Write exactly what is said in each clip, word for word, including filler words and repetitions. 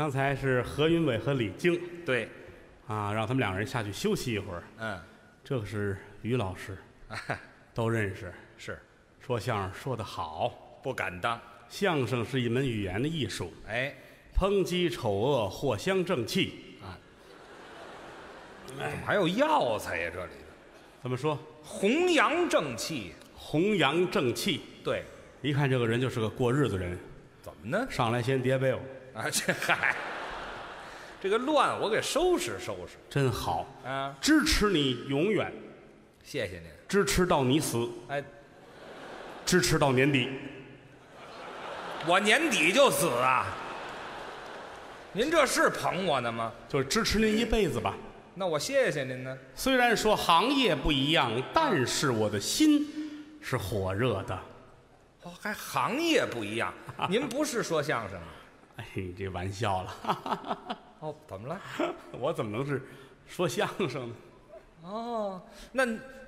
刚才是何云伟和李菁， 对， 啊，让他们两人下去休息一会儿。 嗯， 这个是于老师，都认识， 是说相声说得好， 不敢当。 相声是一门语言的艺术， 哎， 抨击丑恶，藿香正气。 啊，怎么还有药材呀？这里怎么说？ 弘扬正气。 弘扬正气。 对， 一看这个人就是个过日子人。 怎么呢？ 上来先叠被窝。 啊，这嗨，这个乱我给收拾收拾。 真好啊！ 支持你永远， 谢谢您。 支持到你死， 哎， 支持到年底。 我年底就死啊！您这是捧我呢吗？ 就是支持您一辈子吧。 那我谢谢您呢。 虽然说行业不一样，但是我的心是火热的。 哦，还行业不一样。您不是说相声的？ 哎，这玩笑了。 哦，怎么了？ 我怎么能是说相声呢？ 哦，那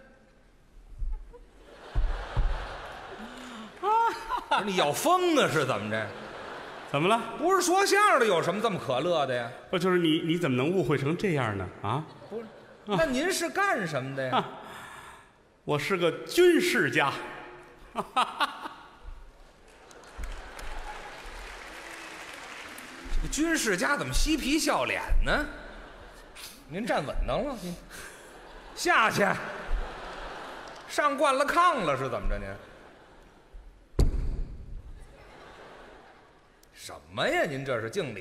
你咬疯啊？是怎么着？ 怎么了？ 不是说相声的有什么这么可乐的呀？ 不就是你？你怎么能误会成这样呢？啊？ 不是，那您是干什么的呀？ 我是个军事家。 这个军事家怎么嬉皮笑脸呢？您站稳当了，您下去，上惯了炕了是怎么着您？什么呀？您这是敬礼？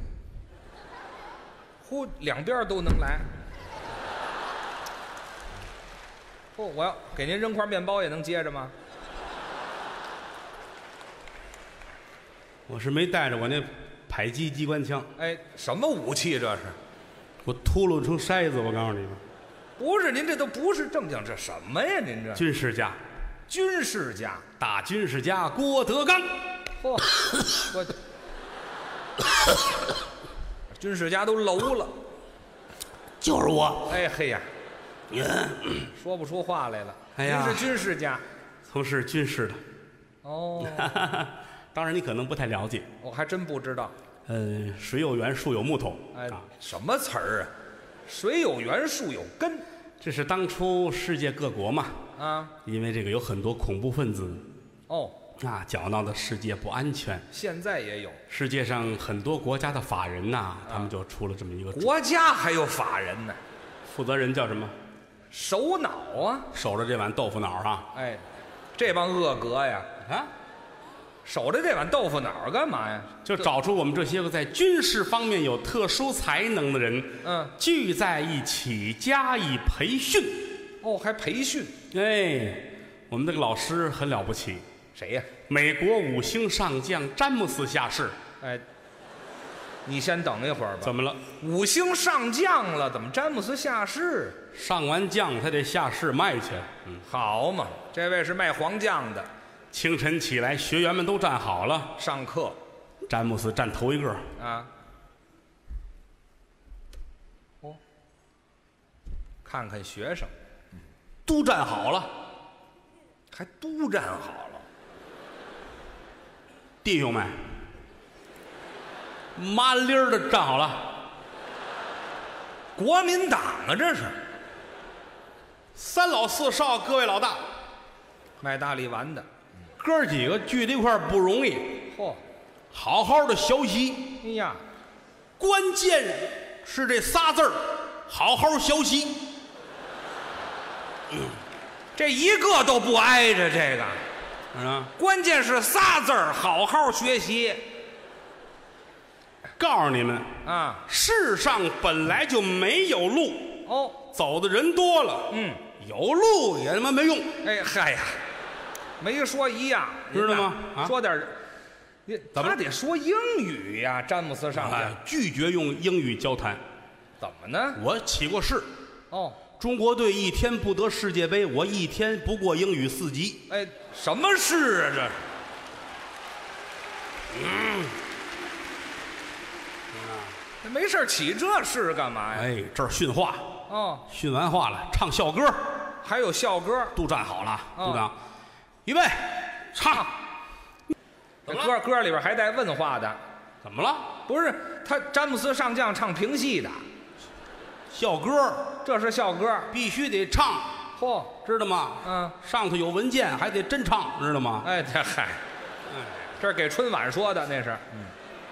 呼，两边都能来。不，我要给您扔块面包也能接着吗？ 我是没带着我那迫击机关枪。 哎，什么武器这是？ 我秃噜成筛子，我告诉你吧。 不是，您这都不是正经，这什么呀？您这军事家， 军事家， 大军事家郭德纲。 嚯，我军事家都楼了。 就是我。 哎嘿呀， 您说不出话来了。 哎呀您是军事家。 从事军事的。 哦， 当然你可能不太了解。 我还真不知道。 呃，水有源，树有木头。 哎啊， 什么词儿啊？水有源，树有根。 这是当初世界各国嘛， 啊， 因为这个有很多恐怖分子哦， 啊，搅闹的世界不安全。 现在也有。 世界上很多国家的法人呐、他们就出了这么一个主国家还有法人呢。 负责人叫什么？ 首脑啊。 守着这碗豆腐脑啊。 哎，这帮恶格呀， 啊， 守着这碗豆腐脑干嘛呀？ 就找出我们这些个在军事方面有特殊才能的人， 嗯， 聚在一起加以培训。 哦，还培训。 哎，我们这个老师很了不起， 谁呀？ 美国五星上将詹姆斯下士。 哎，你先等一会儿吧。 怎么了？ 五星上将了，怎么詹姆斯下士？ 上完将他得下士卖去。嗯， 好嘛，这位是卖黄酱的。 清晨起来，学员们都站好了， 上课詹姆斯站头一个。 啊。哦，看看学生都站好了， 还都站好了。 弟兄们，麻利儿的站好了。 国民党啊，这是三老四少，各位老大， 卖大力丸的。 哥儿几个聚在一块儿不容易， 嚯， 好好的学习， 哎呀， 关键是这仨字儿，好好学习。 这一个都不挨着这个， 啊， 关键是仨字儿，好好学习告诉你们， 啊。 世上本来就没有路， 哦， 走的人多了， 嗯， 有路也他妈没用。 哎嗨呀，没说一样， 知道吗您呐啊说点儿，你怎么他得说英语呀，詹姆斯上将。 哎，拒绝用英语交谈。 怎么呢？ 我起过誓， 哦， 中国队一天不得世界杯，我一天不过英语四级。 哎，什么事啊这是？ 嗯， 这没事儿起这事干嘛呀？ 哎，这儿训话， 哦， 训完话了，唱校歌， 还有校歌， 都站好了， 哦都站好，预备，唱。 这歌歌里边还带问话的。 怎么了？ 不是他詹姆斯上将唱评戏的， 校歌这是校歌， 必须得唱， 嚯， 知道吗？ 嗯， 上头有文件，还得真唱，知道吗？ 哎，这嗨， 哎， 这是给春晚说的，那是，嗯，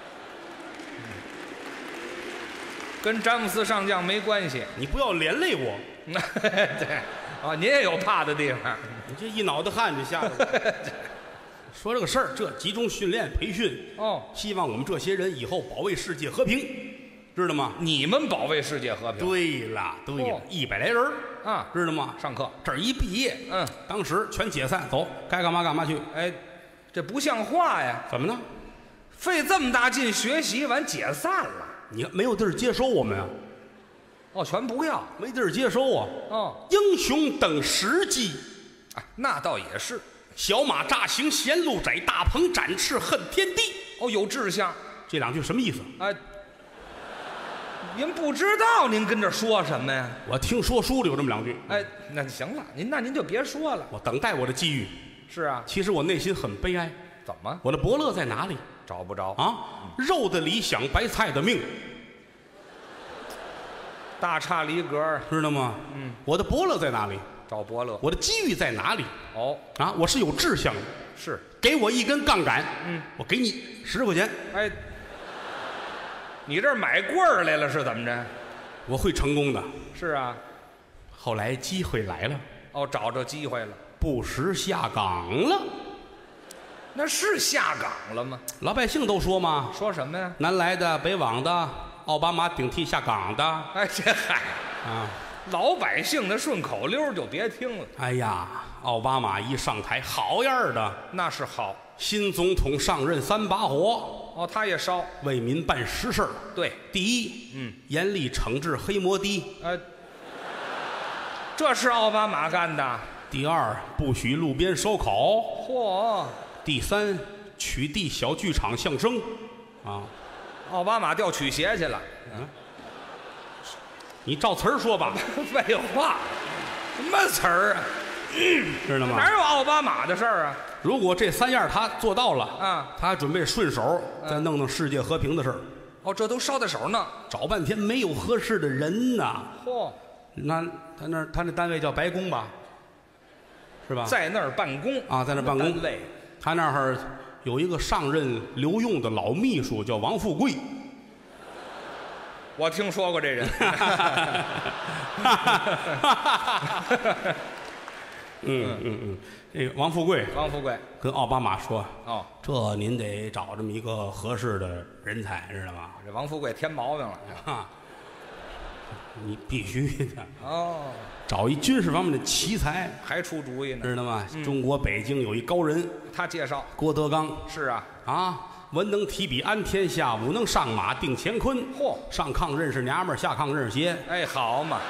跟詹姆斯上将没关系。 你不要连累我， 对，啊，您也有怕的地方。 你这一脑袋汗就吓得我。说这个事儿，这集中训练培训， 哦， 希望我们这些人以后保卫世界和平，知道吗？ 你们保卫世界和平。 对了，对了， 哦一百来人儿啊， 知道吗？ 上课这儿一毕业， 嗯， 当时全解散，走，该干嘛干嘛去。 哎，这不像话呀！ 怎么呢？ 费这么大劲学习，完解散了。 你没有地儿接收我们啊？ 哦，全不要。 没地儿接收啊！ 哦， 英雄等时机， 啊，那倒也是。 小马乍行嫌路窄，大鹏展翅恨天地。 哦，有志向。 这两句什么意思？ 哎，您不知道，您跟这说什么呀？ 我听说书里有这么两句。 哎，那行了，您那您就别说了。 我等待我的机遇。 是啊， 其实我内心很悲哀。 怎么？ 我的伯乐在哪里？ 找不着啊！肉的理想，白菜的命， 大差离格， 知道吗？嗯，我的伯乐在哪里？ 找伯乐。 我的机遇在哪里？ 哦， 啊，我是有志向的。 是， 给我一根杠杆， 嗯， 我给你十块钱， 哎，你这儿买棍儿来了是怎么着？ 我会成功的。 是啊， 后来机会来了， 哦，找着机会了， 不时下岗了。 那是下岗了吗？ 老百姓都说嘛， 说什么呀？ 南来的、北往的，奥巴马顶替下岗的。 哎，这嗨， 啊， 老百姓的顺口溜就别听了。 哎呀，奥巴马一上台，好样儿的， 那是好。 新总统上任三把火， 哦，他也烧。 为民办实事儿。 对， 第一， 嗯， 严厉惩治黑摩的。 呃，这是奥巴马干的。 第二，不许路边烧烤。 嚯！ 第三，取缔小剧场相声。啊， 奥巴马调曲协去了。 嗯，你照词儿说吧。 废话，什么词儿啊？ 知道吗？ 哪有奥巴马的事儿啊？ 如果这三样他做到了， 啊， 他还准备顺手再弄弄世界和平的事儿。 哦，这都捎带手呢。 找半天没有合适的人呐。 嚯！ 那他那他那单位叫白宫吧？是吧？ 在那儿办公啊，在那儿办公。 单位， 他那儿有一个上任留用的老秘书，叫王富贵。 我听说过这人。 嗯嗯嗯，这个王富贵， 王富贵跟奥巴马说：“ 哦， 这您得找这么一个合适的人才，知道吗？ 这王富贵添毛病了。 啊，你必须的。 哦， 找一军事方面的奇才， 还出主意呢， 知道吗？嗯、中国北京有一高人， 他介绍郭德纲。 是啊， 啊，文能提笔安天下，武能上马定乾坤。 嚯， 上炕认识娘们儿，下炕认识鞋。 哎，好嘛。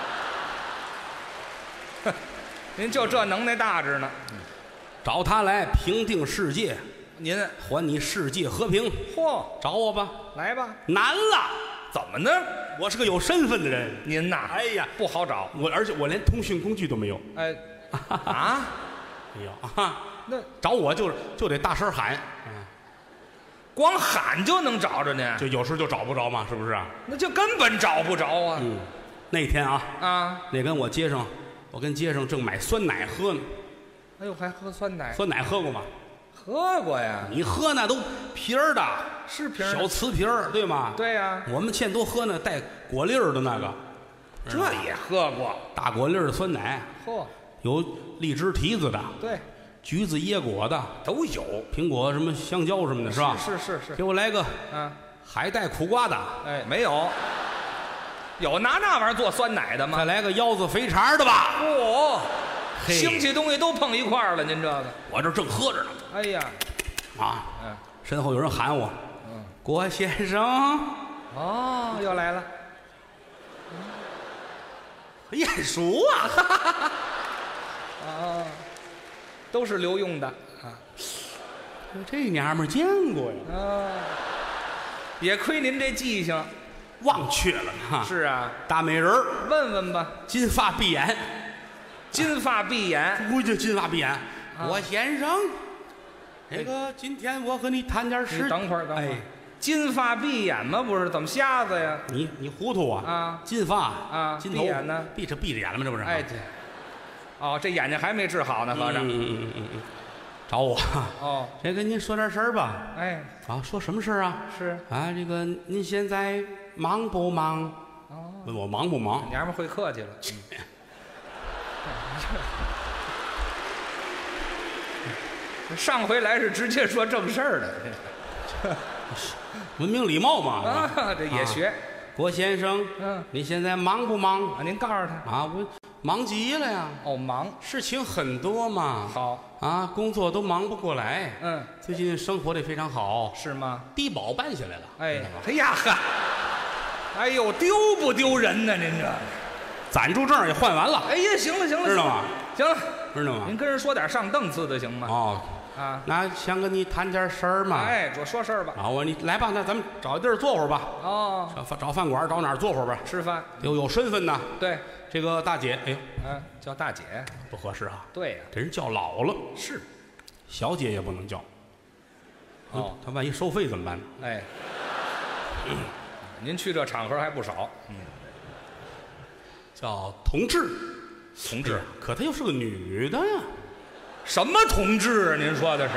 您就这能耐大着呢， 找他来平定世界， 您还你世界和平。 嚯， 找我吧， 来吧。 难了， 怎么呢？ 我是个有身份的人。 您呐， 哎呀， 不好找。 我而且我连通讯工具都没有。 哎，啊， 没有啊。 那找我就就得大声喊， 光喊就能找着您？ 就有时候就找不着嘛，是不是啊？ 那就根本找不着啊。 嗯，那天啊啊， 那跟我街上。我跟街上正买酸奶喝呢。 哎呦，还喝酸奶？ 酸奶喝过吗？ 喝过呀。 你喝那都瓶儿的， 是瓶儿， 小瓷瓶儿，对吗？ 对呀。 我们现在都喝那带果粒儿的那个。 这也喝过。 大果粒儿的酸奶。 嚯！ 有荔枝提子的。 对。 橘子椰果的都有。 苹果什么香蕉什么的，是吧？ 是是是。 给我来个。 嗯。 海带苦瓜的。 哎，没有。有拿那玩意儿做酸奶的吗？ 再来个腰子肥肠的吧。 嚯、哦，腥气东西都碰一块儿了，您这个。 我这正喝着呢。 哎呀， 啊， 嗯， 身后有人喊我， 嗯， 郭先生。 哦，又来了。 很眼熟啊。 啊，都是留用的啊。 这娘们儿见过呀。 啊，也亏您这记性。 忘却了哈。 是啊， 大美人儿， 问问吧。 金发碧眼， 金发碧眼， 我就金发碧眼。 啊、 我先生，这个今天我和你谈点事。 等会儿，等会儿。 哎， 金发碧眼吗？不是，怎么瞎子呀？ 你你糊涂啊！ 啊， 金发啊， 金头闭眼呢？ 闭着闭着眼了吗？这不是？ 哎，这，哦，这眼睛还没治好呢，合着。 嗯嗯嗯嗯嗯，找我。 哦， 这跟您说点事儿吧。 哎， 啊，说什么事儿啊？ 是啊，这个您现在忙不忙？ 哦， 问我忙不忙？ 娘们会客气了。上回来是直接说正事儿的， 文明礼貌嘛。 啊，这也学。 郭先生， 嗯， 你现在忙不忙？ 啊，您告诉他。 啊，我忙极了呀。 哦，忙。 事情很多嘛。 好。 啊，工作都忙不过来。 嗯。 最近生活的非常好。 是吗？ 低保办下来了。 哎，哎呀呵，哎呦，丢不丢人呢？您这暂住证也换完了。 哎呀，行了行了， 知道吗？ 行了， 知道吗？ 您跟人说点上档次的行吗？ 哦。 啊， 那想跟你谈点事儿嘛？ 哎，我说事儿吧。 啊，我你来吧，那咱们找地儿坐会儿吧。 哦， 找找饭馆，找哪儿坐会儿吧？ 吃饭有有身份呐。 对， 这个大姐，哎呦， 嗯，叫大姐不合适啊。 对呀， 给人叫老了。 是， 小姐也不能叫。 哦， 他万一收费怎么办呢？ 哎，您去这场合还不少。嗯， 叫同志， 同志， 可她又是个女的呀。 什么同志啊？您说的是？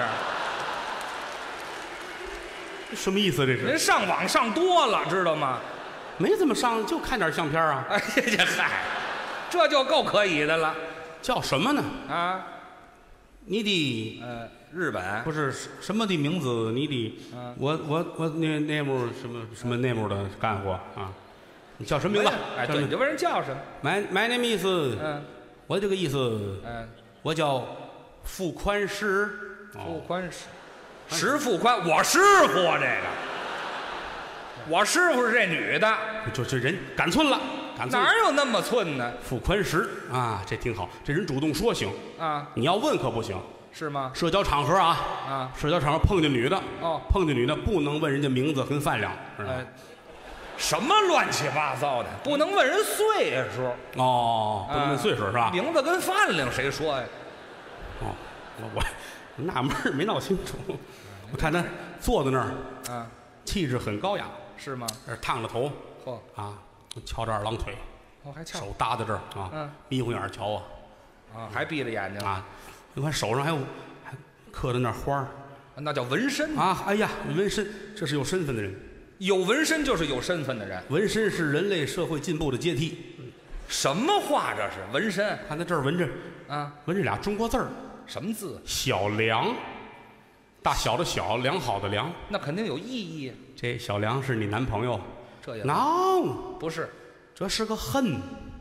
什么意思？这是？ 您上网上多了，知道吗？ 没怎么上，就看点相片啊。 哎呀嗨，这就够可以的了。 叫什么呢？ 啊， 你的呃，日本不是什么的名字？你的， 嗯我我我那那幕什么什么那幕的干活啊？你叫什么名字？ 哎，对，你就问人叫什么？ My my name is， 嗯， 我这个意思， 嗯， 我叫傅宽师。 傅宽师，石富宽，我师傅啊，这个，我师傅是这女的， 就这人赶寸了，赶寸了。 哪有那么寸呢？ 傅宽石啊，这挺好。这人主动说行啊， 你要问可不行。 是吗？ 社交场合啊， 啊， 社交场合碰见女的， 哦， 碰见女的不能问人家名字跟饭量，知道吗？ 哎，什么乱七八糟的？不能问人岁数哦，不能问岁数是吧？ 名字跟饭量谁说呀？ 哦，我我纳闷儿没闹清楚。我看他坐在那儿， 啊， 气质很高雅， 是吗？ 这儿烫着头， 嚯， 啊，翘着二郎腿， 哦，还翘手搭在这儿啊， 嗯， 眯糊眼儿瞧我， 啊，还闭着眼睛啊，你看手上还有还刻着那花儿那叫纹身啊，哎呀，纹身，这是有身份的人。 有纹身就是有身份的人。 纹身是人类社会进步的阶梯。 什么话这是？纹身看他这儿纹着啊， 纹着俩中国字儿， 什么字？ 小梁，大小的小，良好的良。 那肯定有意义。 这小梁是你男朋友？ 这也 ？No， 不是， 这是个恨。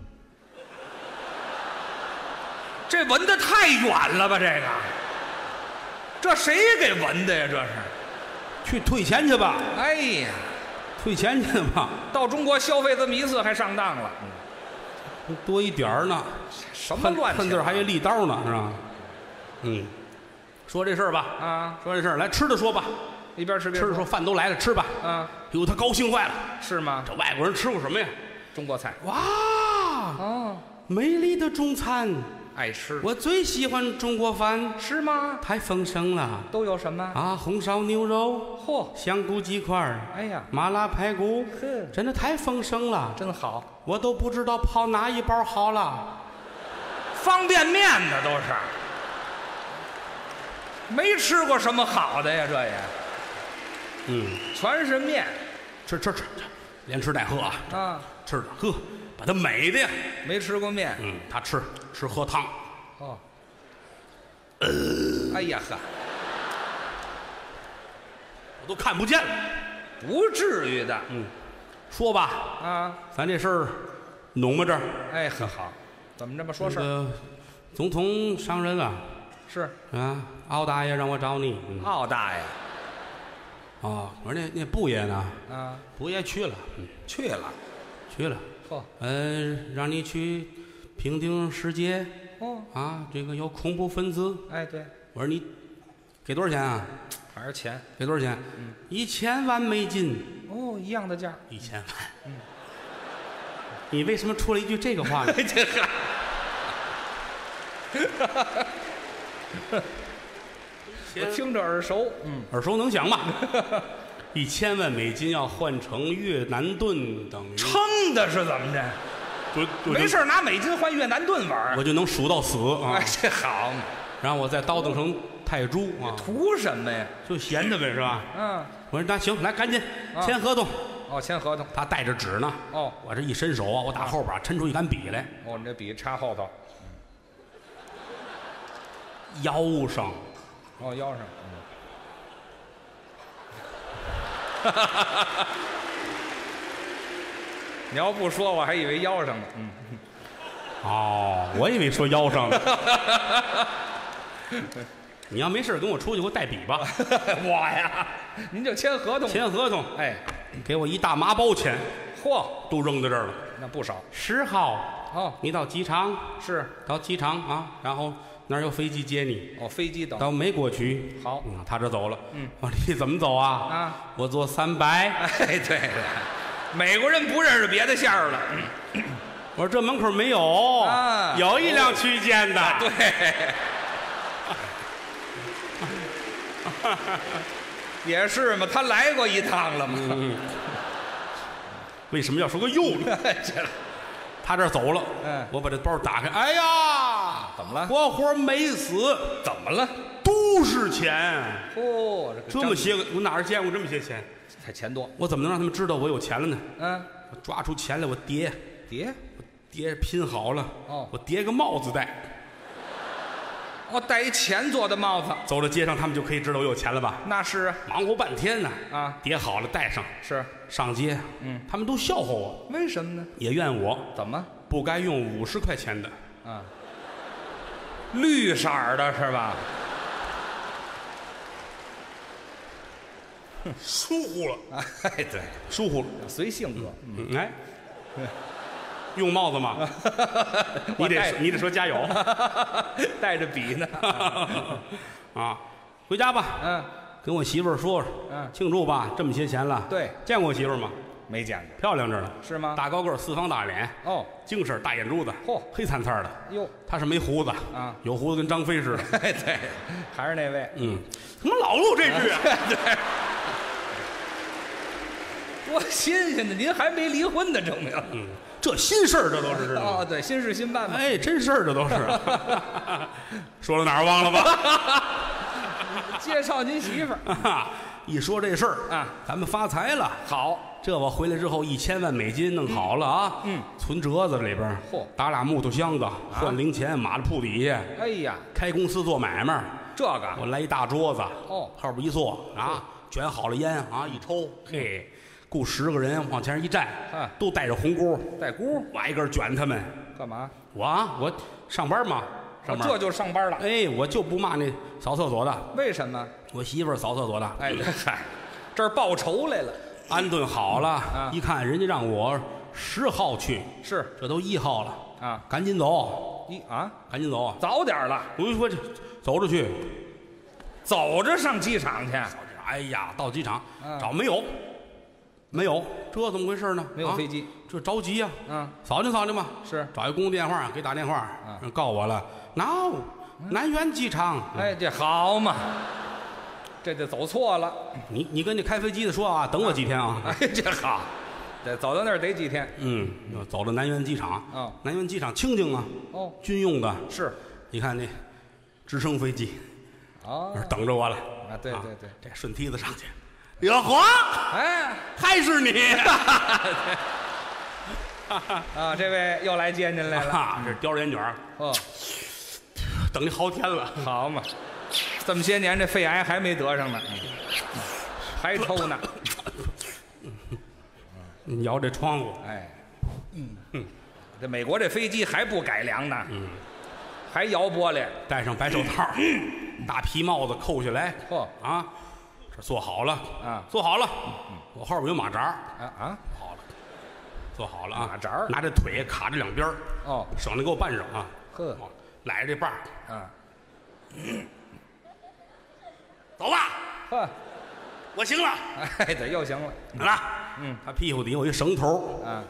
这纹的太远了吧？这个，这谁给纹的呀？这是。 去退钱去吧。 哎呀， 退钱去吧。 到中国消费这么一次还上当了。 多一点儿呢。 什么乱？ 恨字还有利刀呢，是吧？嗯，说这事儿吧。 啊， 说这事儿，来吃的说吧。 一边吃边吃的说，饭都来了，吃吧。 啊， 哟，他高兴坏了。 是吗？ 这外国人吃过什么呀？ 中国菜。 哇， 哦， 美丽的中餐。 爱吃。 我最喜欢中国饭。 是吗？ 太丰盛了。 都有什么？ 啊，红烧牛肉， 嚯， 香菇鸡块儿， 哎呀， 麻辣排骨， 呵， 真的太丰盛了， 真好。 我都不知道泡哪一包好了。 方便面的都是，没吃过什么好的呀，这也， 嗯， 全是面。 吃吃吃，连吃带喝啊， 啊， 吃的喝，把它美的呀。 没吃过面。 嗯，他吃吃喝汤。 哦，呃，哎呀呵， 我都看不见了。 不至于的。 嗯，说吧， 啊， 咱这事儿弄吧这儿。 哎呵好，怎么这么说事儿？ 那个总统上任了是啊，敖大爷让我找你。嗯奥大爷啊，我说那那布爷呢？ 啊， 布爷去了，嗯， 去了。 去了。 嚯， 呃，让你去平定世界哦， 啊，这个有恐怖分子。 哎对， 我说你给多少钱啊？ 还是钱。 给多少钱？ 嗯， 一千万美金。 哦，一样的价。 一千万。 嗯， 你为什么出了一句这个话呢？ 这个。我听着耳熟，嗯， 耳熟能详吧？ 一千万美金要换成越南盾，等于撑的是怎么着？ 就没事拿美金换越南盾玩， 我就能数到死啊！ 哎，这好嘛！ 然后我再倒腾成泰铢啊， 图什么呀？ 就闲着呗，是吧？ 嗯， 我说那行，来赶紧签合同。 哦，签合同。 他带着纸呢。 哦， 我这一伸手啊，我打后边抻出一杆笔来。 哦，你这笔插后头， 腰上。 哦，腰上。嗯。你要不说，我还以为腰上呢。嗯。 哦，我以为说腰上呢。你要没事跟我出去，给我带笔吧。 我呀，您就签合同。 签合同。 哎， 给我一大麻包钱。 嚯， 都扔在这儿了。 那不少。 十号。 哦， 你到机场。 是。 到机场啊，然后那儿有飞机接你。 哦，飞机等。 到美国去。 好。 嗯，他这走了。 嗯。 我说你怎么走啊？ 啊， 我坐三百。 哎，对对。美国人不认识别的线儿了。 我说这门口没有啊， 有一辆区间的。 对。也是嘛，他来过一趟了嘛。 嗯、为什么要说个又呢？他这走了，嗯，我把这包打开，哎呀， 怎么了？ 活活没死， 怎么了？ 都是钱。 哦， 这么些个，我哪儿见过这么些钱？ 才钱多， 我怎么能让他们知道我有钱了呢？ 嗯， 我抓出钱来，我叠叠， 我叠拼好了， 哦， 我叠个帽子戴。 哦，戴一钱做的帽子， 走到街上，他们就可以知道我有钱了吧？ 那是啊， 忙活半天呢， 啊， 叠好了戴上， 是上街， 嗯， 他们都笑话我， 为什么呢？ 也怨我， 怎么不该用五十块钱的啊？绿色的是吧？ 疏忽了， 哎，对， 疏忽了， 随性格， 嗯，哎。用帽子吗？你得你得说加油， 带着笔呢。 啊，回家吧。 嗯， 跟我媳妇儿说说。 嗯， 庆祝吧，这么些钱了。 对， 见过我媳妇儿吗？ 没见过。 漂亮着呢。 是吗？ 大高个，四方大脸。 哦， 精神，大眼珠子。 嚯， 黑灿灿的。 哟， 她是没胡子啊， 有胡子跟张飞似的。 哎，对，还是那位。 嗯，怎么老录这句啊？ 对。多新鲜的！您还没离婚呢，证明。 嗯，这新事儿这都是知道吗？ 哦，对，新事新办嘛。 哎，真事儿这都是。说到哪儿忘了吧？ 介绍您媳妇儿。 一说这事儿啊， 咱们发财了。 好， 这我回来之后一千万美金弄好了啊。 嗯， 存折子里边， 嚯， 打俩木头箱子换零钱，码在铺底下。 哎呀， 开公司做买卖， 这个我来一大桌子， 哦， 后边一坐啊，卷好了烟啊，一抽，嘿。雇十个人往前一站， 啊， 都带着红箍， 带箍， 我挨个卷他们。 干嘛？ 我啊，我上班嘛，上班， 这就上班了。 哎，我就不骂那扫厕所的。 为什么？ 我媳妇儿扫厕所的。 哎，嗨，这儿报仇来了。 安顿好了， 啊， 一看人家让我十号去， 是， 这都一号了啊， 赶紧走， 一啊， 赶紧走， 早点了。 我就说这走着去， 走着上机场去。 哎呀，到机场、 啊、 找没有。没有，这怎么回事呢？ 没有飞机， 啊、这着急呀、啊！ 嗯， 扫听扫听吧。 是， 找一公共电话，给打电话， 嗯， 告我了。no，、嗯、南苑机场。 哎，这好嘛，这就走错了。 你你跟那开飞机的说啊，等我几天啊。 哎，这好，得走到那儿得几天。 嗯，走到南苑机场。 哦， 南苑机场清静啊。 哦， 军用的。 是， 你看那直升飞机， 哦， 等着我了。 啊，对对对， 这顺梯子上去。哟呵， 哎， 还是你啊！这位又来接您来了， 啊、这叼着烟卷哦， 等你好天了。 好嘛，这么些年这肺癌还没得上呢，还抽呢。 你摇这窗户， 哎，嗯嗯，这美国这飞机还不改良呢，嗯，还摇玻璃， 戴上白手套，大皮帽子扣下来， 嚯啊！这坐好了啊， 坐好了，我后边有马扎啊啊， 好了，坐好了啊， 马扎拿这腿卡着两边哦， 省得给我绊上啊。 呵， 揽着这把啊， 走吧， 呵， 我行了， 哎，对，又行了， 来了， 嗯， 他屁股底有一绳头啊，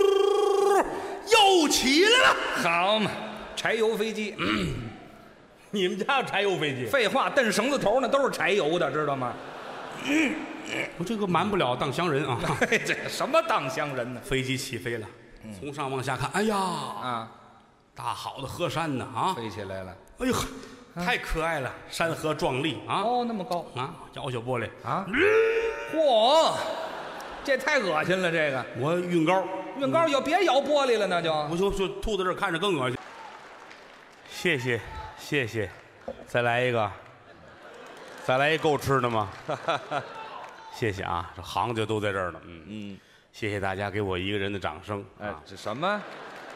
又起来了， 好嘛，柴油飞机。 你们家有柴油飞机？ 废话，蹬绳子头那都是柴油的，知道吗？ 我这个瞒不了当乡人啊！ 这什么当乡人呢？ 飞机起飞了，从上往下看，哎呀啊， 大好的河山呢啊！ 飞起来了， 哎呦，太可爱了，山河壮丽啊！ 哦，那么高啊，摇小玻璃啊！嚯，这太恶心了，这个我晕高， 晕高要别摇玻璃了，那就我就就吐在这儿看着更恶心。谢谢谢谢，再来一个，再来一够吃的吗？谢谢啊，这行家都在这儿呢。嗯嗯，谢谢大家给我一个人的掌声。 哎， 啊、 这什么？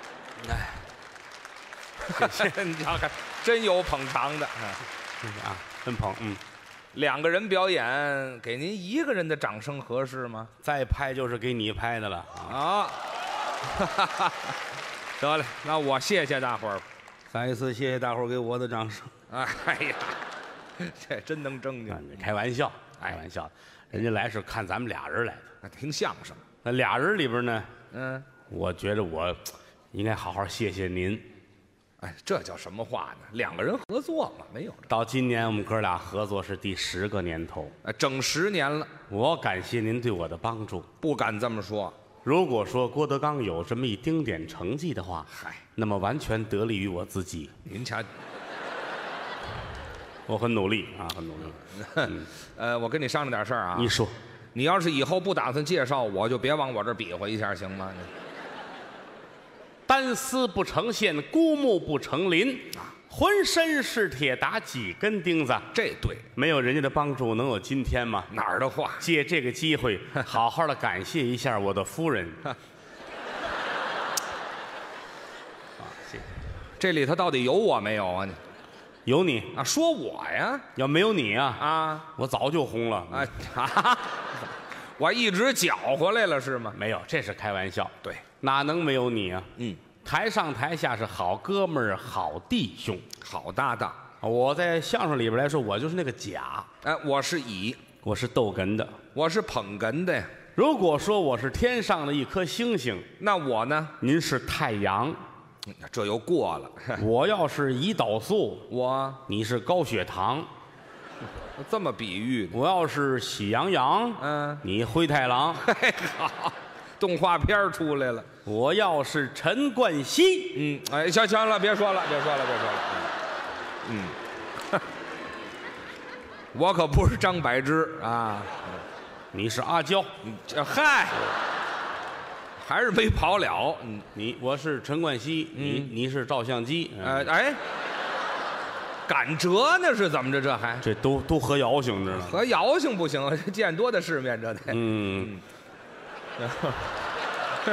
哎，谢谢你瞧看，真有捧场的。 谢谢啊，真捧。嗯， 两个人表演，给您一个人的掌声合适吗？ 再拍就是给你拍的了啊。啊得嘞，那我谢谢大伙儿。 再一次谢谢大伙儿给我的掌声。 哎呀，这真能正经。 开玩笑，开玩笑。人家来是看咱们俩人来的， 听相声。 那俩人里边呢， 嗯， 我觉得我应该好好谢谢您。 哎，这叫什么话呢？两个人合作嘛，没有这。 到今年我们哥俩合作是第十个年头， 哎，整十年了。 我感谢您对我的帮助。 不敢这么说。 如果说郭德纲有这么一丁点成绩的话， 嗨， 那么完全得力于我自己。 您瞧。 我很努力啊，很努力。 嗯、呃，我跟你商量点事儿啊。 你说， 你要是以后不打算介绍我，就别往我这儿比划一下，行吗？ 单丝不成线，孤木不成林，啊，浑身是铁，打几根钉子。 这对， 没有人家的帮助，能有今天吗？ 哪儿的话？ 借这个机会，好好的感谢一下我的夫人。啊，谢谢。 这里头到底有我没有啊？你？ 有你啊，说我呀？ 要没有你啊， 啊， 我早就红了。 啊啊！我一直搅和来了是吗？ 没有，这是开玩笑。 对， 哪能没有你啊？ 嗯， 台上台下是好哥们儿、好弟兄、 好搭档。 我在相声里边来说，我就是那个甲。 哎，我是乙， 我是逗哏的， 我是捧哏的呀。 如果说我是天上的一颗星星， 那我呢？ 您是太阳。 这又过了。 我要是胰岛素， 我你是高血糖。 这么比喻， 我要是喜羊羊， 嗯， 你灰太狼。 嘿，好，动画片出来了。 我要是陈冠希， 嗯，哎，行行了，别说了，别说了，别说了。嗯，我可不是张柏芝啊， 你是阿娇。 这嗨。还是没跑了， 嗯，你我是陈冠希，你、嗯、你是照相机， 呃，哎，赶折呢是怎么着？这还这都都合摇性，知道吗？ 合摇性不行，见多的世面，这得嗯。嗯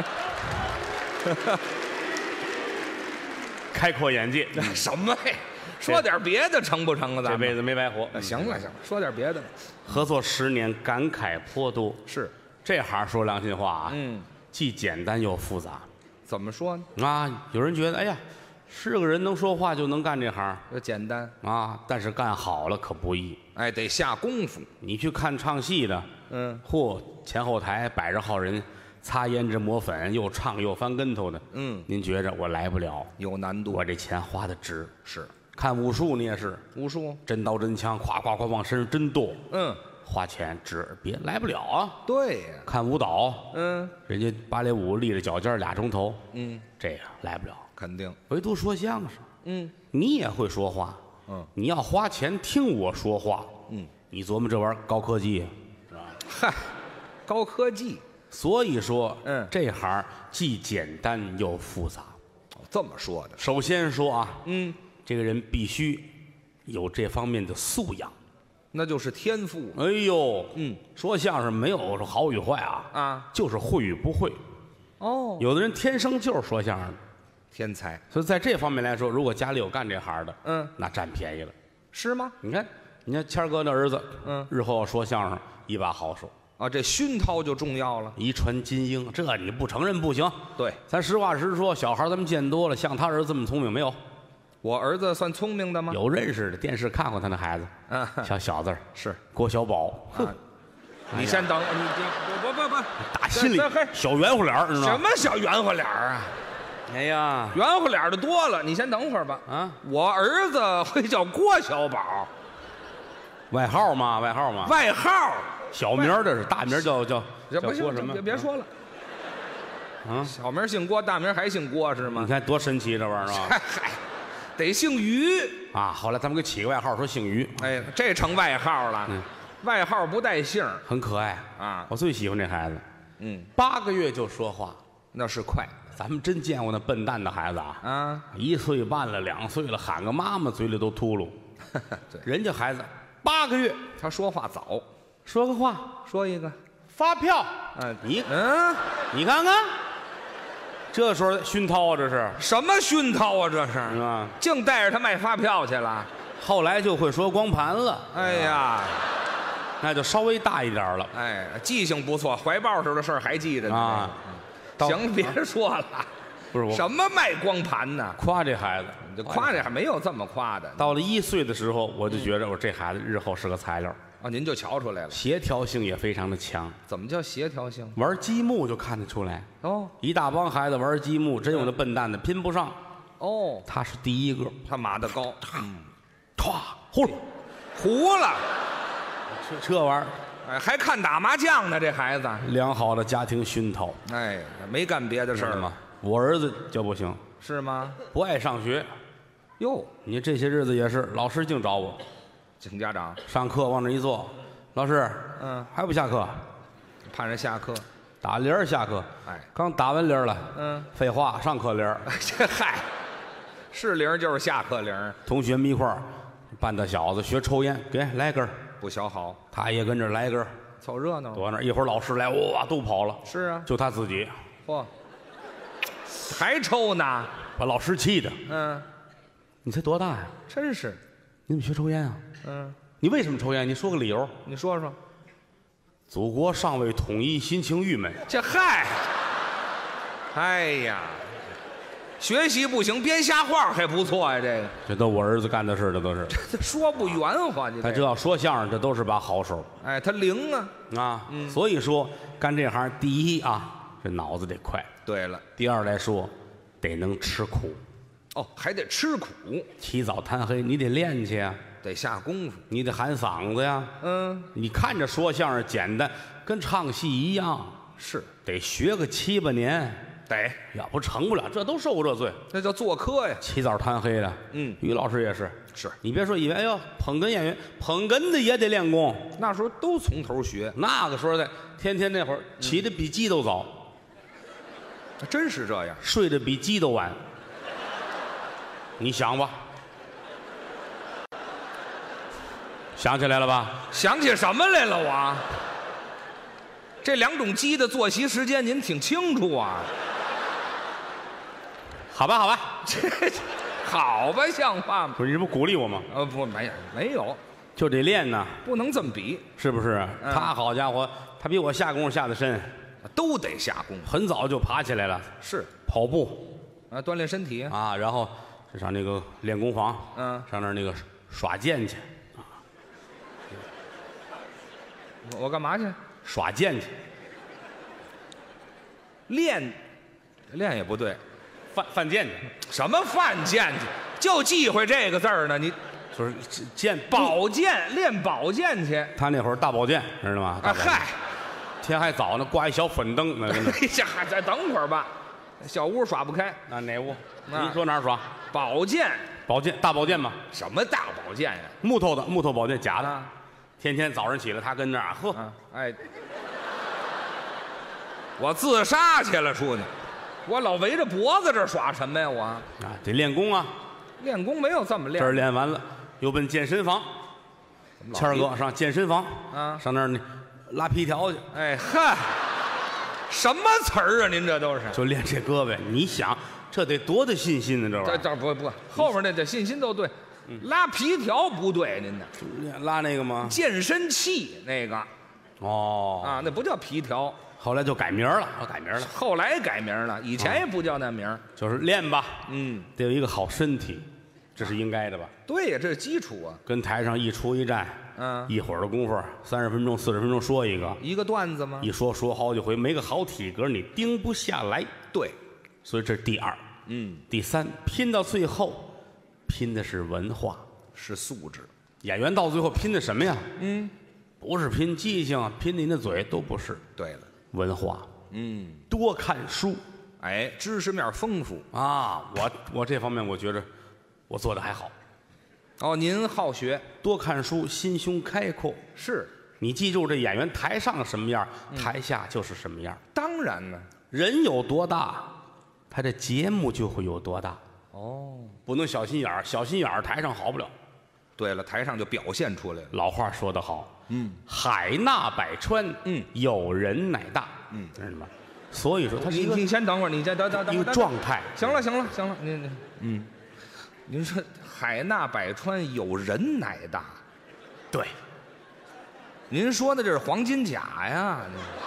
开阔眼界， 什么呀？说点别的成不成啊？咱这辈子没白活。 行了行了，说点别的。 合作十年，感慨颇多。 是这行说良心话啊， 嗯。 既简单又复杂， 怎么说呢？ 啊，有人觉得，哎呀，是个人能说话就能干这行， 就简单啊，但是干好了可不易， 哎，得下功夫。 你去看唱戏的， 嗯， 嚯，前后台摆着号人，擦胭脂抹粉，又唱又翻跟头的， 嗯， 您觉着我来不了， 有难度， 我这钱花的值。 是， 看武术你也是， 武术真刀真枪，咵咵咵往身上真剁， 嗯。 花钱值，别来不了啊！ 对呀， 看舞蹈， 嗯， 人家芭蕾舞立着脚尖俩钟头， 嗯， 这个来不了， 肯定。 唯独说相声， 嗯， 你也会说话， 嗯， 你要花钱听我说话， 嗯， 你琢磨这玩意儿高科技，是吧？ 嗨，高科技。 所以说， 嗯， 这行既简单又复杂。 哦，这么说的。 首先说啊， 嗯， 这个人必须有这方面的素养。 那就是天赋。 哎呦， 嗯， 说相声没有好与坏啊， 啊， 就是会与不会。 哦， 有的人天生就是说相声的天才， 所以在这方面来说，如果家里有干这行的， 嗯， 那占便宜了， 是吗？ 你看，你看谦儿哥那儿子， 嗯， 日后要说相声一把好手啊，这熏陶就重要了， 遗传基因，这你不承认不行。 对， 咱实话实说，小孩咱们见多了，像他儿子这么聪明没有？ 我儿子算聪明的吗？ 有认识的，电视看过他那孩子， 嗯， 小小子是郭小宝，哼， 你先等，你你不不不不， 打心里小圆乎脸儿， 什么小圆乎脸儿啊？ 哎呀， 圆乎脸的多了，你先等会儿吧。 啊， 我儿子会叫郭小宝， 外号嘛，外号嘛， 外号小名儿这是，大名叫叫叫这不行， 郭什么？ 别别说了。 啊， 小名姓郭，大名还姓郭是吗？ 你看多神奇这玩意儿啊！ 嗨，得姓于啊，后来他们给起个外号，说姓于， 哎，这成外号了。 嗯， 外号不带姓很可爱啊。 我最喜欢这孩子， 嗯， 八个月就说话， 那是快咱们真见过那笨蛋的孩子啊！ 啊。 一岁半了，两岁了，喊个妈妈嘴里都秃噜。 对， 人家孩子八个月他说话早， 说个话， 说一个， 发票， 嗯， 你嗯， 你看看，这时候熏陶啊，这是什么熏陶啊？这是是吧？ 净带着他卖发票去了。 后来就会说光盘了， 哎呀， 那就稍微大一点了哎，记性不错，怀抱时候的事儿还记着呢。 啊。到行，别说了。 不是我什么卖光盘呢？ 夸这孩子， 你这夸这还没有这么夸的。 到了一岁的时候，我就觉得我这孩子日后是个材料， 哦，您就瞧出来了。 协调性也非常的强。 怎么叫协调性？ 玩积木就看得出来， 哦一大帮孩子玩积木，真有那笨蛋的拼不上， 哦， 他是第一个。 他码的高， 唰，呼噜， 糊了。 这这玩意儿， 哎，还看打麻将呢，这孩子。 良好的家庭熏陶， 哎，没干别的事儿吗？我儿子就不行， 是吗？ 不爱上学。 哟， 你这些日子也是，老师净找我， 请家长。 上课往那一坐，老师， 嗯， 还不下课？ 盼着下课。 打铃儿下课。 哎， 刚打完铃儿了。 嗯， 废话，上课铃儿。 这嗨，是铃儿就是下课铃儿， 同学们一块儿，半大小子学抽烟，给来根儿， 不小好， 他也跟着来根儿， 凑热闹。 躲那儿一会儿老师来，哇，都跑了， 是啊， 就他自己， 嚯，还抽呢。 把老师气的。 嗯， 你才多大呀？ 真是。 你怎么学抽烟啊？ 嗯， 你为什么抽烟？你说个理由。 你说说。 祖国尚未统一，心情郁闷。 这嗨，哎呀，学习不行，编瞎话还不错呀、这个这都我儿子干的事，这都是。 这说不圆滑，你这他只要说相声，这都是把好手哎，他灵啊。 啊。所以说，干这行，第一啊，这脑子得快； 对了， 第二来说，得能吃苦。 哦，还得吃苦， 起早贪黑，你得练去呀， 得下功夫。 你得喊嗓子呀。 嗯， 你看着说相声简单，跟唱戏一样， 是得学个七八年， 得， 要不成不了。这都受过这罪， 那叫做科呀。 起早贪黑的。 嗯， 于老师也是。 是， 你别说以为哎呦捧哏演员，捧哏的也得练功。 那时候都从头学， 那个时候在天天那会儿起的比鸡都早， 真是这样。 睡得比鸡都晚。你想吧，想起来了吧？ 想起什么来了我？这两种鸡的作息时间您挺清楚啊。 好吧，好吧， 这好吧，像话吗？ 不是你不鼓励我吗？ 呃，不，没有，没有， 就得练呐， 不能这么比， 是不是？ 嗯他好家伙，他比我下功夫下的深， 都得下功夫。 很早就爬起来了， 是跑步啊，锻炼身体。 啊，然后就上那个练功房， 嗯， 上那儿那个耍剑去， 我我干嘛去？ 耍剑去， 练，练也不对， 犯犯贱去， 什么犯贱去？就忌讳这个字儿呢。你就是剑宝剑，练宝剑去。 他那会儿大宝剑，知道吗？大啊， 宝剑嗨， 天还早呢，挂一小粉灯，那真的。 哎呀，再等会儿吧，小屋耍不开。 那哪屋？ 那你说哪儿耍？ 宝剑， 宝剑，大宝剑嘛， 什么大宝剑呀？ 木头的，木头宝剑，假的。 啊天天早上起来，他跟那儿啊呵， 啊，哎，我自杀去了，出去。我老围着脖子这儿耍什么呀？我啊，得练功啊。 练功没有这么练。 这儿练完了，又奔健身房。谦儿哥上健身房啊上那儿那拉皮条去， 哎呵，什么词儿啊？您这都是。 就练这胳膊。你想，这得多大信心呢？这玩意这儿。 这不不，后面那这信心都对，拉皮条不对，您的练拉那个吗？ 健身器那个哦， 啊，那不叫皮条， 后来就改名了，我改名了， 后来改名了，以前也不叫那名儿。 就是练吧， 嗯， 得有一个好身体，这是应该的吧？ 对呀，这是基础啊。 跟台上一出一站， 嗯， 一会儿的功夫，三十分钟、四十分钟说一个， 一个段子吗？ 一说说好几回，没个好体格，你盯不下来。 对， 所以这是第二。 嗯， 第三，拼到最后，拼的是文化， 是素质。 演员到最后拼的什么呀？ 嗯， 不是拼记性，拼您的嘴都不是。 对了， 文化， 嗯， 多看书哎，知识面丰富。 啊！我我这方面我觉着我做的还好。 哦，您好学。 多看书，心胸开阔。 是， 你记住，这演员台上什么样，台下就是什么样。 当然呢。 人有多大，他这节目就会有多大。 哦， 不能小心眼儿，小心眼儿台上好不了。 对了，台上就表现出来了。 老话说得好， 嗯， 海纳百川， 嗯， 有人乃大， 嗯， 知道吗？所以说，它是一你个你先等会儿，你先等等等一个状态。 行了行了行了，您您嗯，您说海纳百川，有人乃大。 对， 您说的这是黄金甲呀？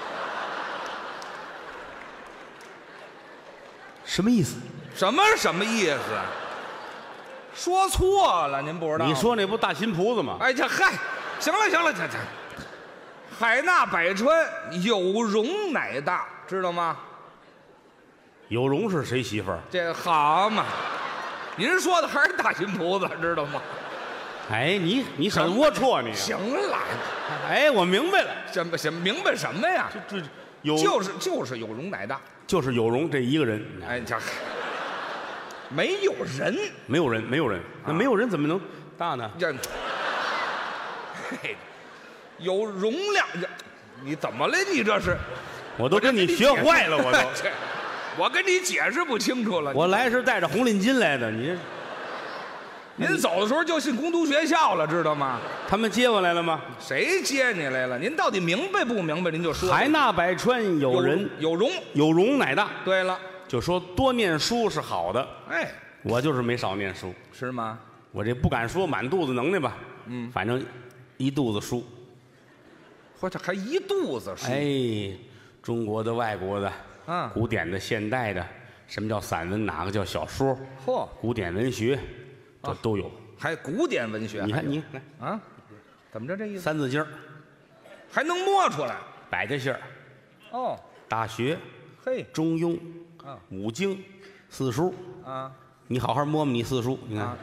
什么意思？ 什么什么意思？说错了，您不知道？ 你说那不大新脯子吗？ 哎，这嗨，行了行了，这这，海纳百川，有容乃大，知道吗？ 有容是谁媳妇儿？ 这好嘛，您说的还是大新脯子，知道吗？ 哎，你你少龌龊你！ 行了， 哎，我明白了， 什么什么明白什么呀？ 这这有就是就是有容乃大。 就是有容这一个人， 哎，这没有人， 没有人，没有人，那没有人怎么能大呢？ 这嘿，有容量，这你怎么了？你这是？ 我都跟你学坏了，我都。 这我跟你解释不清楚了。 我来是带着红领巾来的，你这您走的时候就进工读学校了，知道吗？ 他们接我来了吗？ 谁接你来了？您到底明白不明白？您就说。 海纳百川，有人有容， 有容乃大。 对了， 就说多念书是好的， 哎， 我就是没少念书， 是吗？ 我这不敢说满肚子能耐吧， 嗯， 反正一肚子书。 嚯，这还一肚子书。 哎，中国的、外国的， 嗯古典的、现代的，什么叫散文？哪个叫小说？ 嚯， 古典文学，这都有。 还古典文学。 你看你来， 啊，怎么着这意思？ 三字经儿、 还能摸出来？ 百家姓儿、 哦， 大学、 嘿， 中庸、 啊五经、四书， 啊你好好摸摸你四书，你看啊，，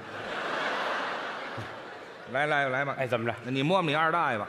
来来来吧， 哎，怎么着？ 那你摸摸你二大爷吧。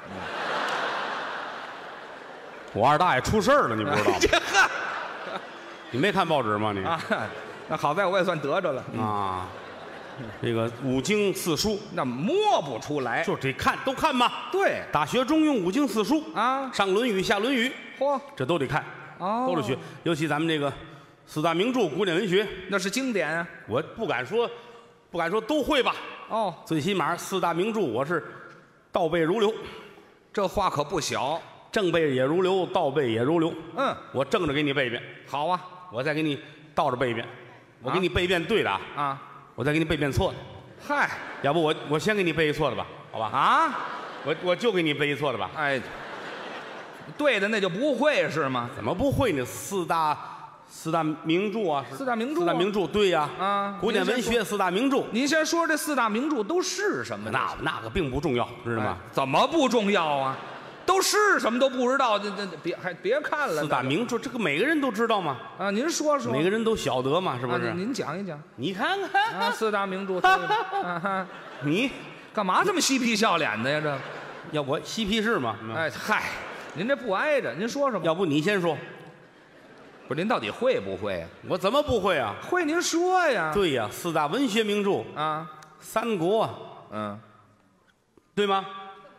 我二大爷出事儿了，你不知道吗？ 这呵你没看报纸吗？你啊，那好在我也算得着了。 啊，这个五经四书那摸不出来。 就得看，都看吧。 对大学、中庸、五经、四书啊， 上《论语》下《论语》， 嚯， 这都得看， 哦， 都得学。尤其咱们这个四大名著、古典文学， 那是经典啊。 我不敢说，不敢说都会吧。 哦， 最起码四大名著我是倒背如流， 这话可不小。 正背也如流，倒背也如流。 嗯， 我正着给你背一遍， 好啊我再给你倒着背一遍。我给你背一遍对的啊， 啊， 我再给你背一遍错的。 嗨要不我我先给你背一错的吧，好吧？ 啊， 我我就给你背一错的吧。 哎，对的那就不会是吗？ 怎么不会呢？四大四大名著啊，是四大名著啊四大名著，对呀。 啊古典文学四大名著， 您先说这四大名著都是什么呢？ 那那个并不重要，知道吗？ 哎怎么不重要啊？都是什么都不知道，这这别还别看了。 四大名著，这个每个人都知道吗？ 啊，您说说， 每个人都晓得嘛，是不是？ 啊您您讲一讲你看看， 啊，四大名著都有。啊哈， 你干嘛这么嬉皮笑脸的呀？这， 要我嬉皮士嘛？ 哎嗨，您这不挨着，您说说吧。 要不你先说， 不是您到底会不会啊？ 我怎么不会啊？ 会您说呀。 对呀，四大文学名著， 啊， 三国， 嗯， 对吗？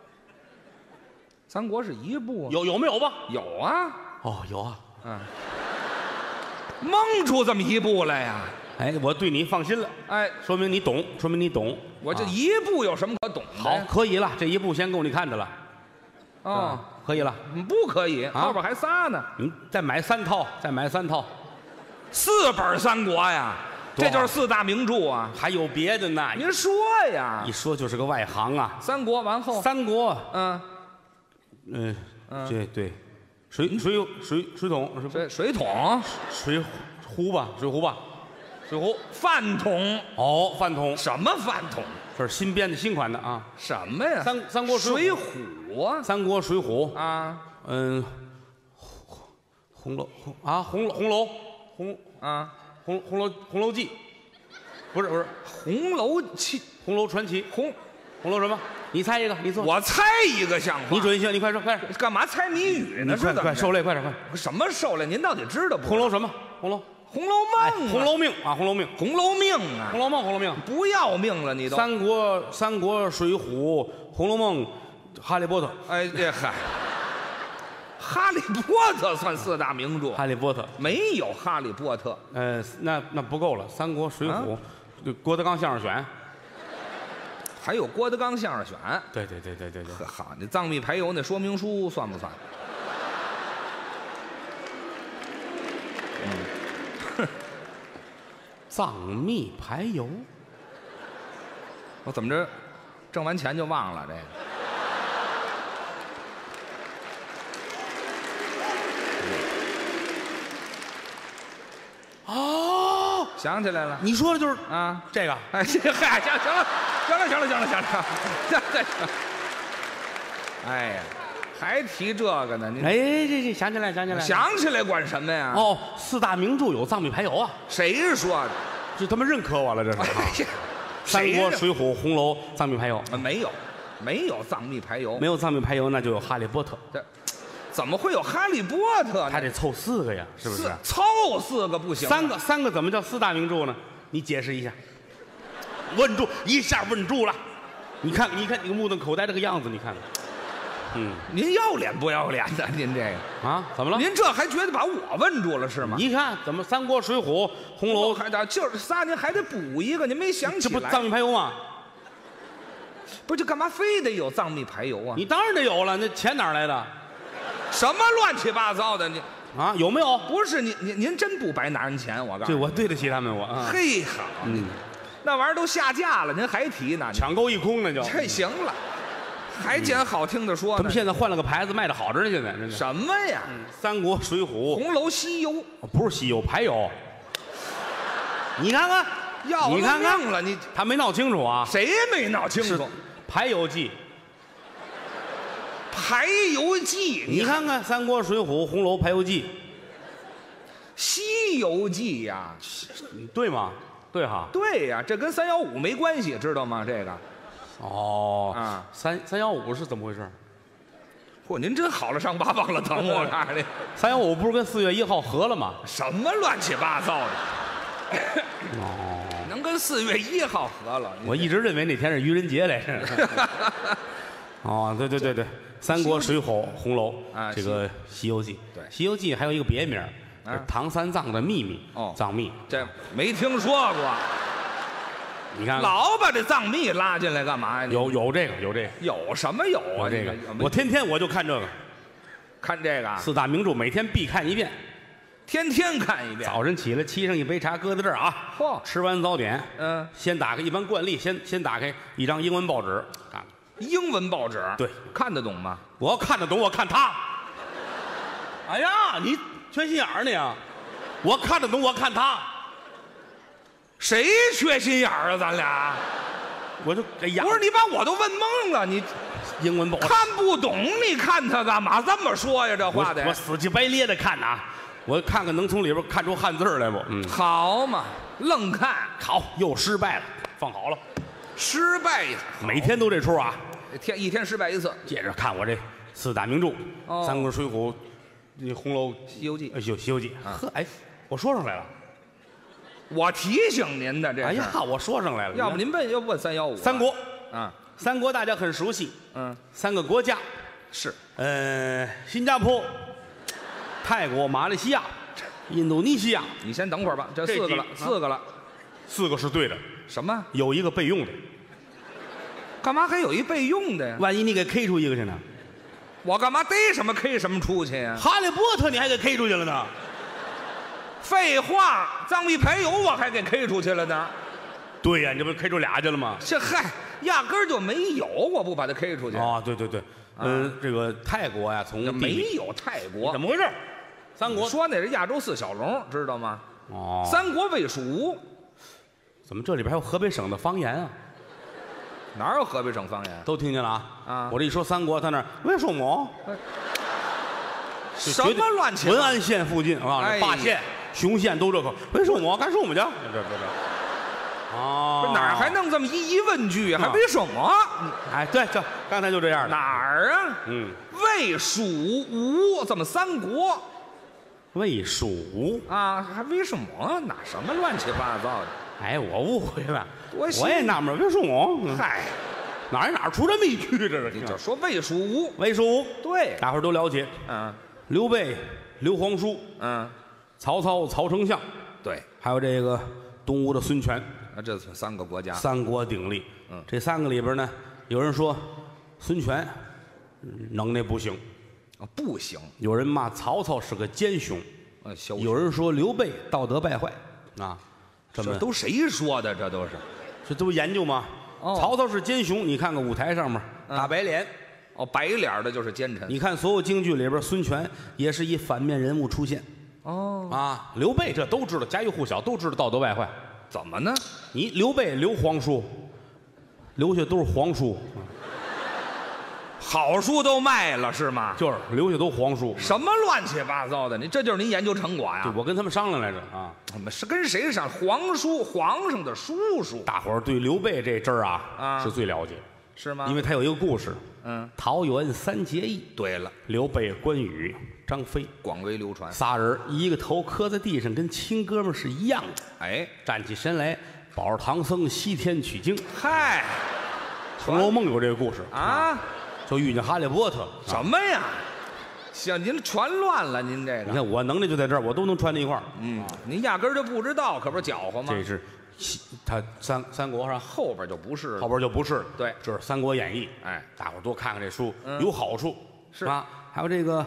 三国是一部啊。 有有没有吧？ 有啊， 哦，有啊。 嗯，蒙出这么一部来呀？ 哎，我对你放心了， 哎， 说明你懂，说明你懂。啊我这一部有什么可懂的？ 好，可以了，这一部先够你看的了。 哦， 可以了， 嗯不可以，后边还仨呢， 你再买三套，再买三套， 四本三国呀， 多好这就是四大名著啊。 还有别的呢。 您说呀一，说就是个外行啊。 三国完后， 三国， 嗯， 嗯，这对，水水水水桶是不？ 水水桶、 水壶吧，水壶吧，水壶。 饭桶， 哦，饭桶， 什么饭桶？ 这是新编的新款的啊。 什么呀？ 三三国水水浒浒啊三国水浒， 啊嗯，红红楼红啊红楼红楼红啊， 红红楼红楼记，不是不是红楼记， 红楼传奇， 红红楼什么？你猜一个，你说。 我猜一个像话。 你准行，你快说，快点。 干嘛猜谜语呢？ 你快快受累，快点快。 什么受累？您到底知道不？ 红楼什么？红楼。 红楼梦。 红楼命啊，红楼命。 红楼命啊。 红楼梦，红楼命。 不要命了，你都。 三国，三国，水浒，红楼梦，哈利波特。 哎，这嗨。哈利波特算四大名著。 哈利波特没有哈利波特。 呃，那那不够了。三国、水浒，郭德纲相声选。 还有郭德纲相声选。 对对对对对对。 好，那藏秘排油那说明书算不算？ 嗯。藏秘排油。 我怎么着，挣完钱就忘了这个。 哦， 想起来了， 你说的就是啊， 这个。 哎，这个嗨，行行了，行了，行了，行了，行了，行了。哎呀，还提这个呢？您哎，这这想起来，想起来， 想起来管什么呀？ 哦，四大名著有藏秘排油啊。 谁说的？ 这他妈认可我了，这是。三国、水浒、红楼、藏秘排油。 没有，没有藏秘排油。 没有藏秘排油，那就有哈利波特。 这。怎么会有哈利波特呢？ 他得凑四个呀，是不是？ 凑四个不行。 三个，三个怎么叫四大名著呢？你解释一下。问住，一下问住了。你看，你看你个目瞪口呆这个样子，你看看。嗯， 您要脸不要脸的？您这个啊，怎么了？ 您这还觉得把我问住了是吗？ 你看怎么三国、水浒、红楼， 还得就是仨，您还得补一个，您没想起来。 这不藏秘排油吗？ 不是，就干嘛非得有藏秘排油啊？ 你当然得有了，那钱哪来的？ 什么乱七八糟的你啊？有没有？ 不是您您您真不白拿人钱，我告诉你。 对，我对得起他们，我。 嘿好，嗯，那玩意儿都下架了，您还提呢？ 抢购一空那就。 这行了，还捡好听的说呢。 他们现在换了个牌子，卖的好着呢，现在真的。 什么呀？ 三国、水浒、 红楼、西游， 不是西游，排油。你看看， 要你看看了，你他没闹清楚啊？ 谁没闹清楚？ 排油记。 排油记， 你看看《三国》《水浒》《红楼》《排油记》《 西游记》呀， 对吗？对哈。 对呀，这跟三幺五没关系，知道吗？这个。 哦。 啊， 三三幺五是怎么回事？ 嚯，您真好了伤疤忘了疼，我告诉你。 三幺五不是跟四月一号合了吗？ 什么乱七八糟的？ 哦。 能跟四月一号合了？ 我一直认为那天是愚人节来着。哦，对对对对。三国、水浒、红楼啊，这个《西游记》 对，《 西游记》还有一个别名，唐三藏的秘密哦， 藏秘， 这没听说过。 你看， 老把这藏秘拉进来干嘛呀？ 有有这个，有这个， 有什么有啊？ 这个我天天我就看这个， 看这个四大名著，每天必看一遍， 天天看一遍。 早晨起来沏上一杯茶，搁在这儿啊， 嚯， 吃完早点， 嗯， 先打开一般惯例，先先打开一张英文报纸看。 英文报纸， 对， 看得懂吗？ 我要看得懂，我看他。哎呀，你缺心眼儿呢呀！我看得懂，我看他。 谁缺心眼儿啊？咱俩， 我就哎呀， 不是你把我都问懵了，你英文报看不懂，你看他干嘛？这么说呀？这话得我死乞白咧的看呐，我看看能从里边看出汉字来不？嗯， 好嘛，愣看， 好，又失败了，放好了， 失败呀！ 每天都这出啊。 天一天失败一次， 接着看我这四大名著， 哦、 三国、水浒、那红楼、 西游记， 哎呦，西游记，呵，哎，我说上来了， 我提醒您的这， 哎呀，我说上来了， 要不您问，要不问三幺五， 三国， 啊， 三国大家很熟悉， 嗯， 三个国家是， 呃，新加坡、泰国、马来西亚、印度尼西亚， 你先等会儿吧，这四个了，四个了， 四个是对的， 什么？ 有一个备用的。 干嘛还有一备用的呀？ 万一你给 K 出一个去呢？ 我干嘛逮什么 K 什么出去呀？ 哈利波特你还给 K 出去了呢？ 废话，藏秘排油我还给 K 出去了呢。 对呀，你这不 K 出俩去了吗？ 这嗨，压根儿就没有，我不把它 K 出去。 哦，对对对，嗯，这个泰国呀，从没有泰国， 怎么回事？三国说那是亚洲四小龙，知道吗？ 哦， 三国魏蜀吴， 怎么这里边还有河北省的方言啊？ 哪有河北省方言？ 都听见了啊！ 啊， 我这一说三国，他那为什么？ 什么乱七八糟？ 文安县附近啊，霸县雄县都这口，为什么干什么去？这这这，啊， 哪儿还弄这么一疑问句啊？还为什么？ 哎，对，这刚才就这样的。 哪儿啊？ 嗯， 魏、蜀、吴这么三国魏蜀啊，还为什么？哪什么乱七八糟的？ 哎，我误会了， 我我也纳闷，为什么？ 嗨， 哪儿哪儿出这么一句？这是你就说魏、蜀、吴。 魏蜀， 对， 大伙儿都了解。 嗯刘备、刘皇叔， 嗯， 曹操、曹丞相， 对， 还有这个东吴的孙权， 啊，这是三个国家。 三国鼎立。 嗯这三个里边呢，有人说孙权嗯能耐不行， 啊，不行， 有人骂曹操是个奸雄， 呃，小有人说刘备道德败坏，啊，这么这都谁说的？这都是这都研究吗？ 哦曹操是奸雄，你看看舞台上面嗯大白脸， 哦，白脸儿的就是奸臣。 你看所有京剧里边孙权也是以反面人物出现哦， 啊。刘备这都知道，家喻户晓，都知道道德败坏。 怎么呢？ 你刘备刘皇叔，留下都是皇叔， 好书都卖了是吗？ 就是留下都皇叔。 什么乱七八糟的？你这就是您研究成果呀？ 对我跟他们商量来着啊， 我们是跟谁上？皇叔，皇上的叔叔大伙儿对刘备这阵儿啊啊是最了解， 是吗？ 因为他有一个故事， 嗯， 桃园三结义， 对了， 刘备、关羽、张飞广为流传。 仨人，一个头磕在地上，跟亲哥们儿是一样的。 哎， 站起身来，保着唐僧西天取经。《 嗨， 红楼梦》有这个故事， 啊， 就遇见哈利波特。 什么呀？行，您全乱了，您这个， 你看我能耐就在这儿，我都能穿在一块儿。 嗯，您压根儿就不知道，可不是搅和吗？ 这是西他三三国上后边就不是了。 后边就不是了。 对这是《三国演义》。 哎， 大伙儿多看看这书， 嗯有好处。 是啊，还有这个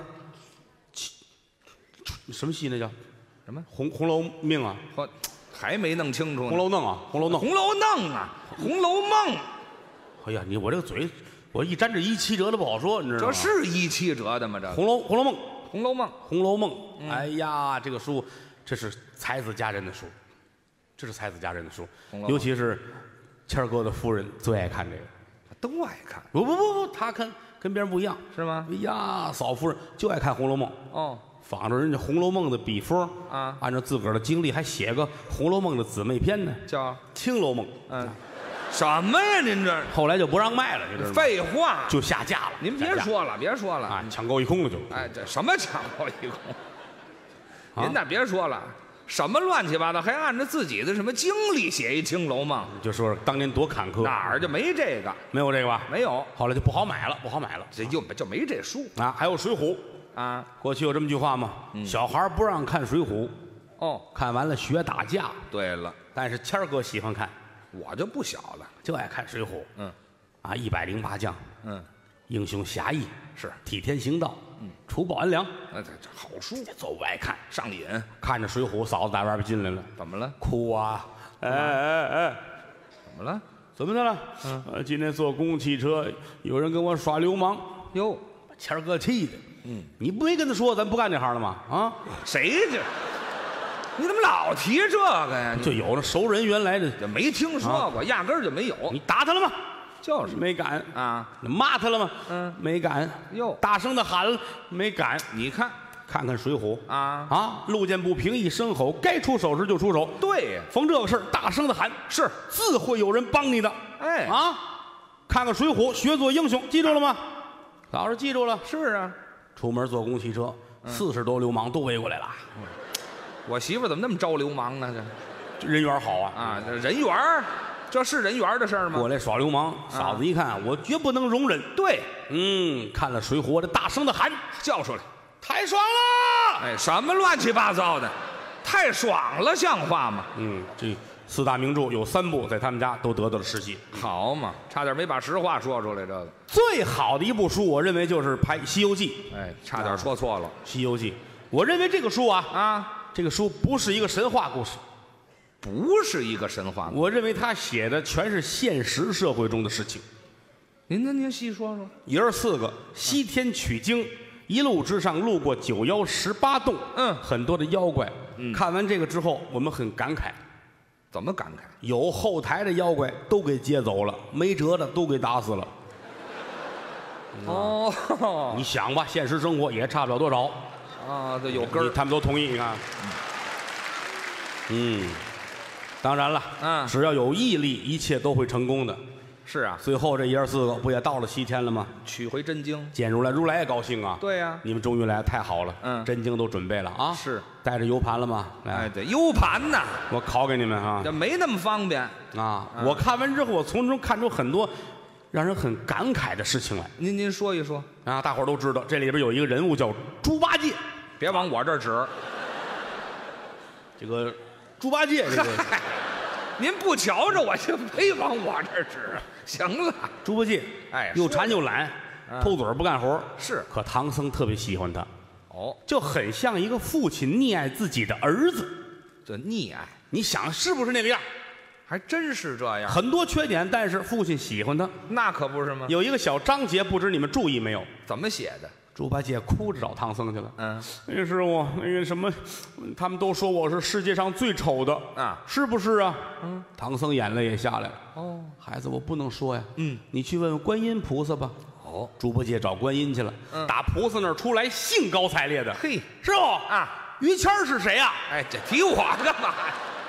什么戏那叫什么？ 红红楼命啊， 嚯，还没弄清楚呢。 红楼弄啊，红楼弄。 红楼弄啊，《红楼梦》， 哎呀，你我这个嘴，我一沾这一七折都不好说，你知道吗？ 这是一七折的吗？这《 红楼红楼梦， 红楼梦》 红楼梦。 嗯哎呀，这个书，这是才子佳人的书，这是才子佳人的书红楼，梦尤其是谦儿哥的夫人最爱看这个。 都爱看， 不不不不，他看跟别人不一样。 是吗？ 哎呀，嫂夫人就爱看《红楼梦》， 哦， 仿着人家《红楼梦》的笔锋啊按照自个儿的经历还写个《红楼梦》的姊妹篇呢， 叫 《青楼梦》。 嗯，什么呀？您这后来就不让卖了，你知道吗？ 废话， 就下架了。 您别下架说了，别说了啊，抢购一空了就。 哎，这什么抢购一空？ 啊您再别说了，什么乱七八糟，还按照自己的什么经历写一《青楼梦就说当年多坎坷，》， 哪儿就没这个？ 没有这个吧？ 没有， 后来就不好买了，不好买了这就就没这书啊。还有《水浒》， 啊。 过去有这么句话吗？小孩不让看《水浒》， 哦， 看完了学打架。 对了， 但是谦儿哥喜欢看， 我就不小了。 就爱看《水浒》。 嗯啊，一百零八将， 嗯， 英雄侠义， 是， 替天行道，嗯，除暴安良， 那这这好书， 这都爱看。 上瘾。 看着《水浒》，嫂子打外边进来了， 怎么了？ 哭啊！哎哎哎， 怎么了？ 怎么的了？嗯，呃，今天坐公共汽车，有人跟我耍流氓， 哟， 把谦儿哥气的。嗯，你不没跟他说咱不干这行了吗？啊， 谁这？你怎么老提这个呀？你就有那熟人原来的， 这没听说过，压根儿就没有。 你打他了吗？ 就是没敢。 啊， 你骂他了吗？ 嗯， 没敢。 哟， 大声的喊了，没敢。 你看看看《水浒》 啊， 啊，路见不平一声吼，该出手时就出手。 对呀， 逢这个事儿，大声的喊， 是， 自会有人帮你的。 哎啊，看看《水浒》，学做英雄，记住了吗？老师记住了。 是啊， 出门坐公汽车，四十多流氓都围过来了。 我媳妇儿怎么那么招流氓呢？这人缘好啊啊，这人缘儿，这是人缘儿的事儿吗？ 过来耍流氓，嫂子一看，我绝不能容忍。 对， 嗯，看了《水浒》，我得大声的喊， 叫出来。 太爽了！ 哎，什么乱七八糟的，太爽了，像话吗？ 嗯，这四大名著有三部在他们家都得到了世袭。 好嘛，差点没把实话说出来。这个， 最好的一部书，我认为就是拍《西游记》。 哎，差点说错了。 《西游记》，我认为这个书啊， 啊， 这个书不是一个神话故事， 不是一个神话。 我认为他写的全是现实社会中的事情。 您您您细说说。 爷儿四个西天取经，一路之上路过九妖十八洞， 嗯很多的妖怪。 嗯看完这个之后，我们很感慨， 怎么感慨？ 有后台的妖怪都给接走了，没辙的都给打死了。 哦， 你想吧，现实生活也差不了多少。 啊，这有根儿。 你他们都同意，你看， 嗯，当然了， 嗯只要有毅力，一切都会成功的。 是啊， 最后这爷儿四个不也到了西天了吗？ 取回真经。 见如来，如来也高兴啊。 对呀、 你们终于来，太好了。 嗯真经都准备了啊。 是， 带着 U 盘了吗？来， 哎，对，U 盘呐， 我考给你们啊这没那么方便。 啊！ 嗯我看完之后，我从中看出很多让人很感慨的事情来您您说一说， 啊！大伙儿都知道，这里边有一个人物叫猪八戒。 别往我这儿指。 这个猪八戒，这个嗨，您不瞧着我就没往我这儿指。行了， 猪八戒， 哎又说着馋又懒， 嗯偷嘴儿不干活儿是可唐僧特别喜欢他， 哦， 就很像一个父亲溺爱自己的儿子。 这溺爱你想是不是那个样？ 还真是这样。 很多缺点，但是父亲喜欢他。 那可不是吗？ 有一个小章节，不知你们注意没有？ 怎么写的？ 猪八戒哭着找唐僧去了。 嗯， 那个师傅，那个什么，他们都说我是世界上最丑的啊是不是啊？嗯，唐僧眼泪也下来了。 哦孩子，我不能说呀。 嗯， 你去问问观音菩萨吧。 哦， 猪八戒找观音去了。 嗯打菩萨那儿出来，兴高采烈的。 嘿师傅啊， 于谦儿是谁呀？ 哎，这提我干嘛呀？